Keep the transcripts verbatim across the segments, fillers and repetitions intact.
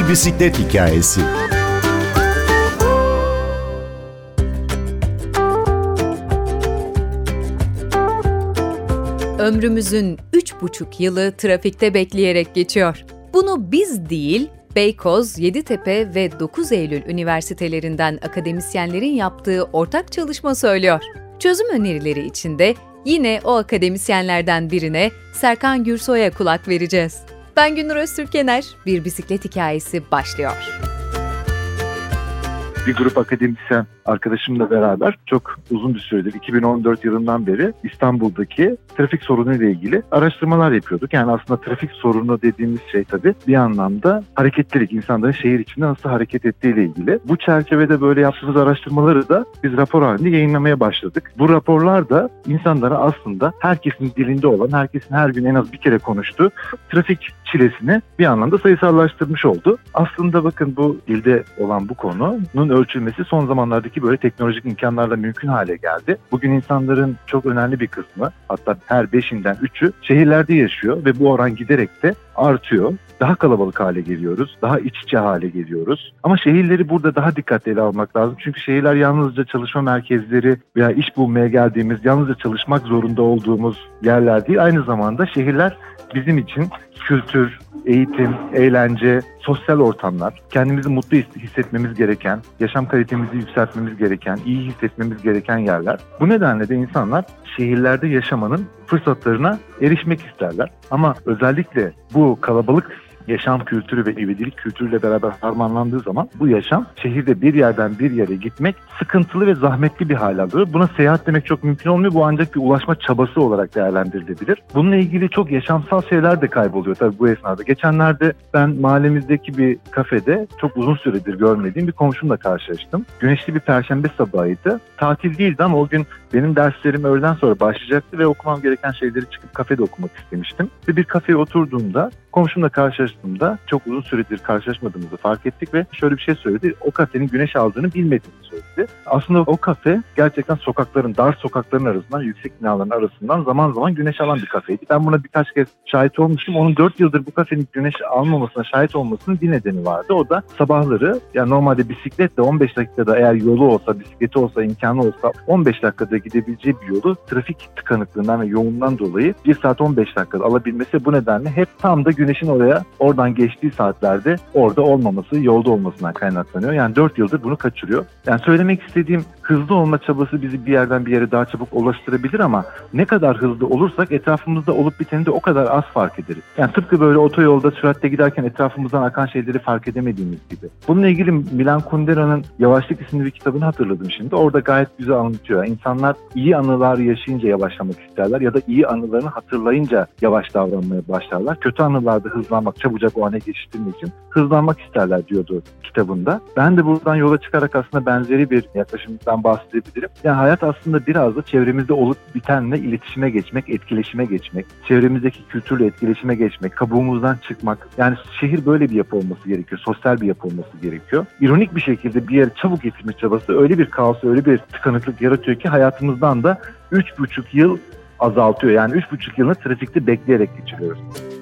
Bir bisiklet hikayesi. Ömrümüzün üç buçuk yılı trafikte bekleyerek geçiyor. Bunu biz değil, Beykoz, Yeditepe ve dokuz Eylül üniversitelerinden akademisyenlerin yaptığı ortak çalışma söylüyor. Çözüm önerileri için de yine o akademisyenlerden birine, Serkan Gürsoy'a kulak vereceğiz. Ben Gündür Öztürkener, Bir Bisiklet Hikayesi başlıyor. Bir grup akademisyen arkadaşımla beraber çok uzun bir süredir, iki bin on dört yılından beri İstanbul'daki trafik sorunu ile ilgili araştırmalar yapıyorduk. Yani aslında trafik sorunu dediğimiz şey tabii bir anlamda hareketlilik, insanların şehir içinde nasıl hareket ettiği ile ilgili. Bu çerçevede böyle yaptığımız araştırmaları da biz rapor halinde yayınlamaya başladık. Bu raporlar da insanlara aslında herkesin dilinde olan, herkesin her gün en az bir kere konuştuğu trafik çilesini bir anlamda sayısallaştırmış oldu. Aslında bakın bu dilde olan bu konunun ölçülmesi son zamanlardaki böyle teknolojik imkanlarla mümkün hale geldi. Bugün insanların çok önemli bir kısmı, hatta her beşinden üçü şehirlerde yaşıyor ve bu oran giderek de artıyor. Daha kalabalık hale geliyoruz, daha iç içe hale geliyoruz. Ama şehirleri burada daha dikkatli ele almak lazım. Çünkü şehirler yalnızca çalışma merkezleri veya iş bulmaya geldiğimiz, yalnızca çalışmak zorunda olduğumuz yerler değil. Aynı zamanda şehirler bizim için kültür, eğitim, eğlence, sosyal ortamlar, kendimizi mutlu hissetmemiz gereken, yaşam kalitemizi yükseltmemiz gereken, iyi hissetmemiz gereken yerler. Bu nedenle de insanlar şehirlerde yaşamanın fırsatlarına erişmek isterler. Ama özellikle bu kalabalık yaşam kültürü ve ivedilik kültürüyle beraber harmanlandığı zaman bu yaşam şehirde bir yerden bir yere gitmek sıkıntılı ve zahmetli bir hal alıyor. Buna seyahat demek çok mümkün olmuyor. Bu ancak bir ulaşma çabası olarak değerlendirilebilir. Bununla ilgili çok yaşamsal şeyler de kayboluyor tabii bu esnada. Geçenlerde ben mahallemizdeki bir kafede çok uzun süredir görmediğim bir komşumla karşılaştım. Güneşli bir perşembe sabahıydı. Tatil değildi ama o gün benim derslerim öğleden sonra başlayacaktı ve okumam gereken şeyleri çıkıp kafede okumak istemiştim. Ve bir kafeye oturduğumda komşumla karşılaştığımda çok uzun süredir karşılaşmadığımızı fark ettik ve şöyle bir şey söyledi. O kafenin güneş aldığını bilmediğini söyledi. Aslında o kafe gerçekten sokakların, dar sokakların arasından, yüksek binaların arasından zaman zaman güneş alan bir kafeydi. Ben buna birkaç kez şahit olmuştum. Onun dört yıldır bu kafenin güneş almamasına şahit olmasının bir nedeni vardı. O da sabahları, yani normalde bisikletle on beş dakikada eğer yolu olsa, bisikleti olsa, imkanı olsa on beş dakikada gidebileceği bir yolu trafik tıkanıklığından ve yoğunluğundan dolayı bir saat on beş dakikada alabilmesi, bu nedenle hep tam da güneşin oraya oradan geçtiği saatlerde orada olmaması, yolda olmasından kaynaklanıyor. Yani dört yıldır bunu kaçırıyor. Yani söylemek istediğim, hızlı olma çabası bizi bir yerden bir yere daha çabuk ulaştırabilir ama ne kadar hızlı olursak etrafımızda olup biteni de o kadar az fark ederiz. Yani tıpkı böyle otoyolda süratle giderken etrafımızdan akan şeyleri fark edemediğimiz gibi. Bununla ilgili Milan Kundera'nın Yavaşlık isimli bir kitabını hatırladım şimdi. Orada gayet güzel anlatıyor. İnsanlar iyi anılar yaşayınca yavaşlamak isterler ya da iyi anılarını hatırlayınca yavaş davranmaya başlarlar. Kötü anılarda hızlanmak, çabucak o ana geçiştirmek için hızlanmak isterler diyordu kitabında. Ben de buradan yola çıkarak aslında benzeri bir yaklaşımdan bahsedebilirim. Yani hayat aslında biraz da çevremizde olup bitenle iletişime geçmek, etkileşime geçmek, çevremizdeki kültürle etkileşime geçmek, kabuğumuzdan çıkmak. Yani şehir böyle bir yapı olması gerekiyor, sosyal bir yapı olması gerekiyor. İronik bir şekilde bir yere çabuk yetişme çabası öyle bir kaos, öyle bir tıkanıklık yaratıyor ki hayatımızdan da üç buçuk yıl azaltıyor. Yani üç buçuk yılını trafikte bekleyerek geçiriyoruz.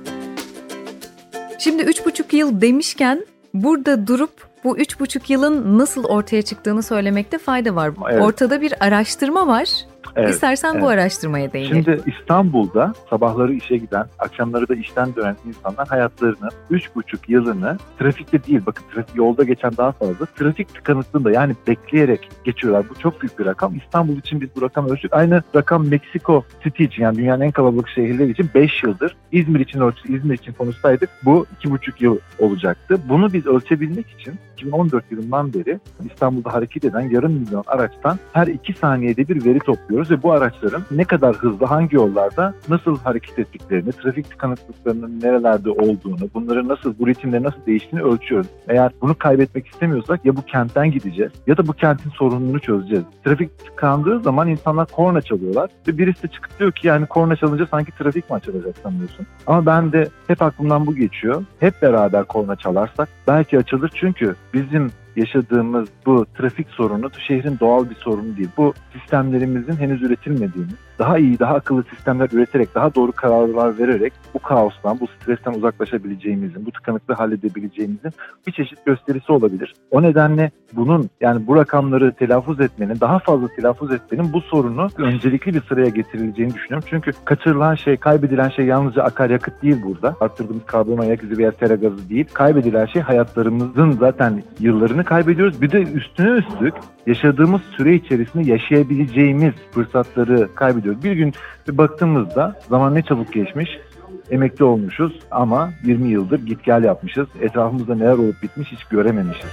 Şimdi üç buçuk yıl demişken burada durup bu üç buçuk yılın nasıl ortaya çıktığını söylemekte fayda var. Evet. Ortada bir araştırma var. Evet, İstersen evet. bu araştırmaya değinelim. Şimdi İstanbul'da sabahları işe giden, akşamları da işten dönen insanlar hayatlarının üç buçuk yılını trafikte değil, bakın trafik, yolda geçen daha fazla, trafik tıkanıklığında, yani bekleyerek geçiyorlar. Bu çok büyük bir rakam. İstanbul için biz bu rakamı ölçtük. Aynı rakam Meksiko City için, yani dünyanın en kalabalık şehirleri için beş yıldır. İzmir için ölçtük, İzmir için konuşsaydık bu iki buçuk yıl olacaktı. Bunu biz ölçebilmek için iki bin on dört yılından beri İstanbul'da hareket eden yarım milyon araçtan her iki saniyede bir veri topluyoruz ve bu araçların ne kadar hızlı, hangi yollarda nasıl hareket ettiklerini, trafik tıkanıklıklarının nerelerde olduğunu, bunların nasıl, bu ritimlerin nasıl değiştiğini ölçüyoruz. Eğer bunu kaybetmek istemiyorsak ya bu kentten gideceğiz ya da bu kentin sorununu çözeceğiz. Trafik tıkandığı zaman insanlar korna çalıyorlar ve birisi de çıkıp diyor ki yani korna çalınca sanki trafik mi açılacak sanıyorsun. Ama ben de hep aklımdan bu geçiyor. Hep beraber korna çalarsak belki açılır, çünkü bizim yaşadığımız bu trafik sorunu şehrin doğal bir sorunu değil. Bu sistemlerimizin henüz üretilmediğini, daha iyi, daha akıllı sistemler üreterek, daha doğru kararlar vererek bu kaostan, bu stresten uzaklaşabileceğimizin, bu tıkanıklığı halledebileceğimizin bir çeşit gösterisi olabilir. O nedenle bunun, yani bu rakamları telaffuz etmenin, daha fazla telaffuz etmenin bu sorunu öncelikli bir sıraya getirileceğini düşünüyorum. Çünkü kaçırılan şey, kaybedilen şey yalnızca akaryakıt değil burada. Arttırdığımız karbon ayak izi veya sera gazı değil. Kaybedilen şey hayatlarımızın zaten yıllarını kaybediyoruz. Bir de üstüne üstlük yaşadığımız süre içerisinde yaşayabileceğimiz fırsatları kaybediyoruz. Bir gün bir baktığımızda zaman ne çabuk geçmiş. Emekli olmuşuz ama yirmi yıldır git gel yapmışız. Etrafımızda neler olup bitmiş hiç görememişiz.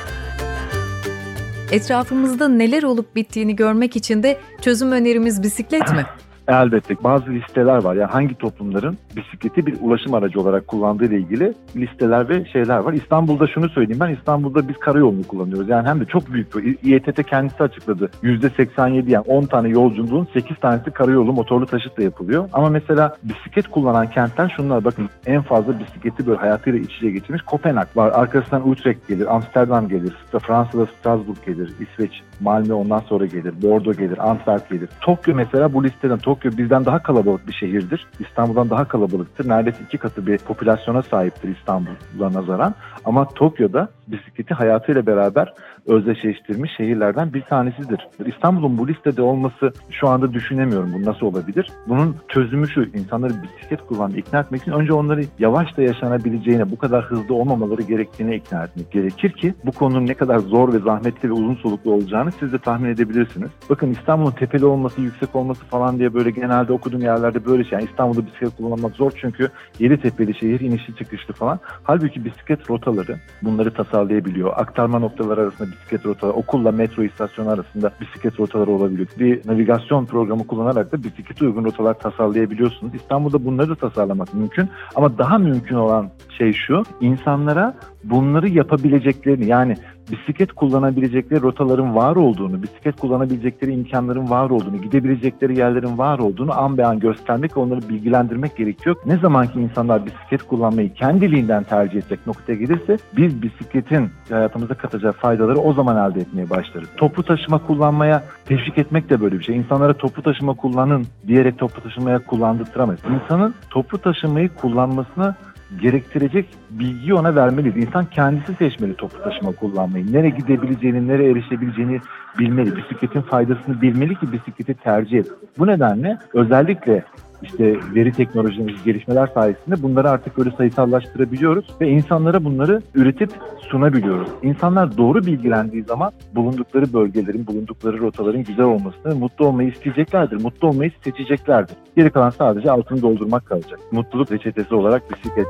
Etrafımızda neler olup bittiğini görmek için de çözüm önerimiz bisiklet mi? Elbette bazı listeler var. Yani hangi toplumların bisikleti bir ulaşım aracı olarak kullandığı ile ilgili listeler ve şeyler var. İstanbul'da şunu söyleyeyim ben, İstanbul'da biz karayolunu kullanıyoruz. Yani hem de çok büyük bir. İ E T T kendisi açıkladı. yüzde seksen yedi, yani on tane yolculuğun sekiz tanesi karayolu motorlu taşıtla yapılıyor. Ama mesela bisiklet kullanan kentler şunlar, bakın en fazla bisikleti böyle hayatıyla iç içe geçirmiş Kopenhag var. Arkasından Utrecht gelir, Amsterdam gelir, Fransa'da Strasbourg gelir, İsveç, Malmö ondan sonra gelir, Bordeaux gelir, Antwerp gelir. Tokyo mesela bu listeden, Tokyo bizden daha kalabalık bir şehirdir. İstanbul'dan daha kalabalıktır. Neredeyse iki katı bir popülasyona sahiptir İstanbul'a nazaran. Ama Tokyo'da bisikleti hayatıyla beraber özdeşleştirmiş şehirlerden bir tanesidir. İstanbul'un bu listede olması şu anda düşünemiyorum bu nasıl olabilir. Bunun çözümü şu: insanları bisiklet kullanmayı ikna etmek için önce onları yavaş da yaşanabileceğine, bu kadar hızlı olmamaları gerektiğine ikna etmek gerekir ki bu konunun ne kadar zor ve zahmetli ve uzun soluklu olacağını siz de tahmin edebilirsiniz. Bakın İstanbul'un tepeli olması, yüksek olması falan diye böyle genelde okuduğum yerlerde böyle şey. Yani İstanbul'da bisiklet kullanmak zor çünkü yedi tepeli şehir, inişli çıkışlı falan. Halbuki bisiklet rotaları bunları tasarlayabiliyor. Aktarma noktaları arasında bisiklet rotaları, okulla metro istasyonu arasında bisiklet rotaları olabiliyor. Bir navigasyon programı kullanarak da bisiklete uygun rotalar tasarlayabiliyorsunuz. İstanbul'da bunları da tasarlamak mümkün. Ama daha mümkün olan şey şu: insanlara bunları yapabileceklerini, yani bisiklet kullanabilecekleri rotaların var olduğunu, bisiklet kullanabilecekleri imkanların var olduğunu, gidebilecekleri yerlerin var olduğunu an be an göstermek ve onları bilgilendirmek gerekiyor. Ne zaman ki insanlar bisiklet kullanmayı kendiliğinden tercih edecek noktaya gelirse biz bisikletin hayatımıza katacağı faydaları o zaman elde etmeye başlarız. Toplu taşıma kullanmaya teşvik etmek de böyle bir şey. İnsanlara toplu taşıma kullanın diyerek toplu taşımaya kullandırtıramayız. İnsanın toplu taşımayı kullanmasına gerektirecek bilgiyi ona vermeliyiz. İnsan kendisi seçmeli toplu taşıma kullanmayı. Nereye gidebileceğini, nereye erişebileceğini bilmeli. Bisikletin faydasını bilmeli ki bisikleti tercih et. Bu nedenle özellikle işte veri teknolojisi gelişmeler sayesinde bunları artık böyle sayısallaştırabiliyoruz ve insanlara bunları üretip sunabiliyoruz. İnsanlar doğru bilgilendiği zaman bulundukları bölgelerin, bulundukları rotaların güzel olmasını, mutlu olmayı isteyeceklerdir. Mutlu olmayı seçeceklerdir. Geri kalan sadece altını doldurmak kalacak. Mutluluk reçetesi olarak bisiklet.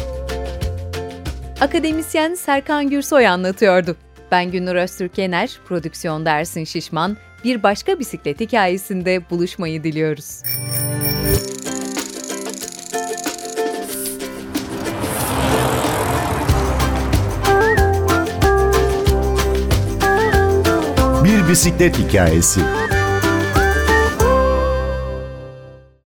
Akademisyen Serkan Gürsoy anlatıyordu. Ben Günnur Öztürk Yener, prodüksiyonda Ersin Şişman. Bir başka bisiklet hikayesinde buluşmayı diliyoruz. Bir bisiklet hikayesi.